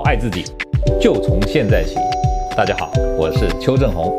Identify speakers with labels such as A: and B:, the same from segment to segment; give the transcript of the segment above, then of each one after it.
A: 爱自己，就从现在起。大家好，我是邱正洪。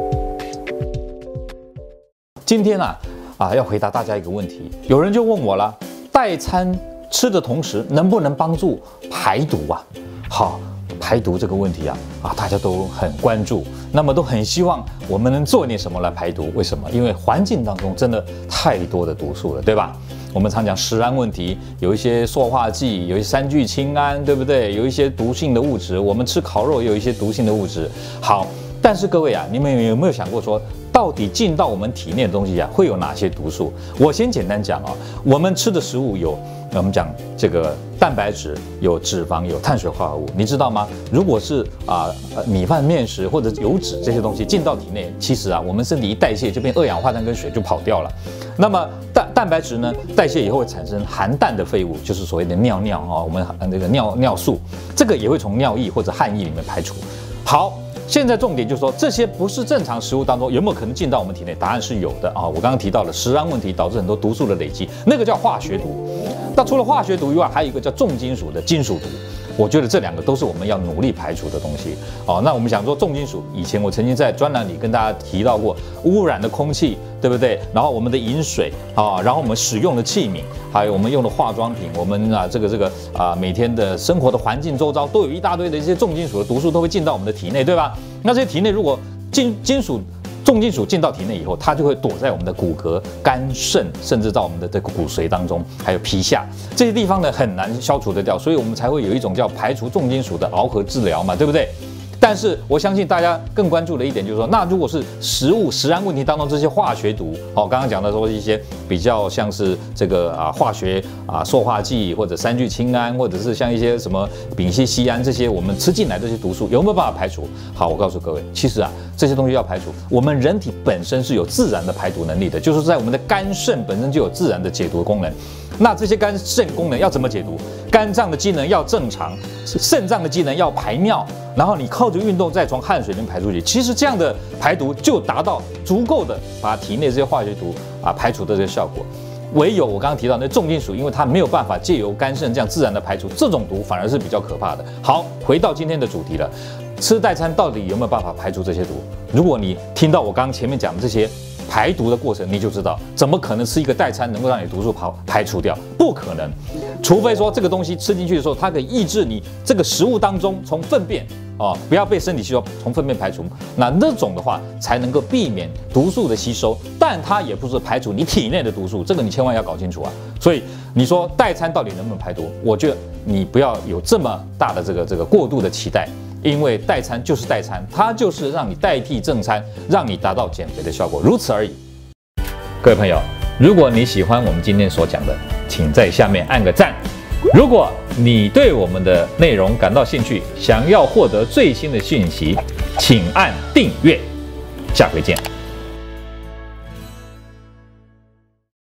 A: 今天要回答大家一个问题，有人就问我了，代餐吃的同时能不能帮助排毒啊？好，排毒这个问题大家都很关注，那么都很希望我们能做点什么来排毒。为什么？因为环境当中真的太多的毒素了，对吧？我们常讲食安问题，有一些塑化剂，有一些三聚氰胺，对不对？有一些毒性的物质，我们吃烤肉也有一些毒性的物质。好，但是各位你们有没有想过说，到底进到我们体内的东西会有哪些毒素？我先简单讲我们吃的食物有，我们讲这个蛋白质，有脂肪，有碳水化合物，你知道吗？如果是米饭、面食或者油脂这些东西进到体内，其实我们身体一代谢就变二氧化碳跟水就跑掉了。那么蛋白质呢，代谢以后会产生含氮的废物，就是所谓的尿我们那个尿素，这个也会从尿液或者汗液里面排除。好。现在重点就是说，这些不是正常食物当中有没有可能进到我们体内？答案是有的我刚刚提到了食安问题导致很多毒素的累积，那个叫化学毒。那除了化学毒以外，还有一个叫重金属的金属毒。我觉得这两个都是我们要努力排除的东西。那我们想说重金属，以前我曾经在专栏里跟大家提到过，污染的空气，对不对？然后我们的饮水然后我们使用的器皿，还有我们用的化妆品，我们每天的生活的环境周遭都有一大堆的一些重金属的毒素都会进到我们的体内，对吧？那这些体内如果重金属进到体内以后，它就会躲在我们的骨骼、肝、肾，甚至到我们的这个骨髓当中，还有皮下这些地方呢，很难消除得掉，所以我们才会有一种叫排除重金属的螯合治疗嘛，对不对？但是我相信大家更关注的一点就是说，那如果是食安问题当中这些化学毒，刚刚讲的说一些比较像是这个化学塑化剂或者三聚氰胺，或者是像一些什么丙烯酰胺这些我们吃进来的这些毒素有没有办法排除？好，我告诉各位，其实这些东西要排除，我们人体本身是有自然的排毒能力的，就是在我们的肝肾本身就有自然的解毒功能。那这些肝肾功能要怎么解毒？肝脏的机能要正常，肾脏的机能要排尿，然后你靠着运动再从汗水里面排出去。其实这样的排毒就达到足够的把体内这些化学毒排除的这个效果。唯有我刚刚提到那重金属，因为它没有办法借由肝肾这样自然的排除，这种毒反而是比较可怕的。好，回到今天的主题了，吃代餐到底有没有办法排除这些毒？如果你听到我刚刚前面讲的这些排毒的过程，你就知道怎么可能吃一个代餐能够让你毒素排除掉？不可能，除非说这个东西吃进去的时候，它可以抑制你这个食物当中从粪便不要被身体吸收，从粪便排除。那种的话才能够避免毒素的吸收，但它也不是排除你体内的毒素，这个你千万要搞清楚所以你说代餐到底能不能排毒？我觉得你不要有这么大的这个过度的期待。因为代餐就是代餐，它就是让你代替正餐，让你达到减肥的效果，如此而已。各位朋友，如果你喜欢我们今天所讲的，请在下面按个赞。如果你对我们的内容感到兴趣，想要获得最新的讯息，请按订阅。下回见。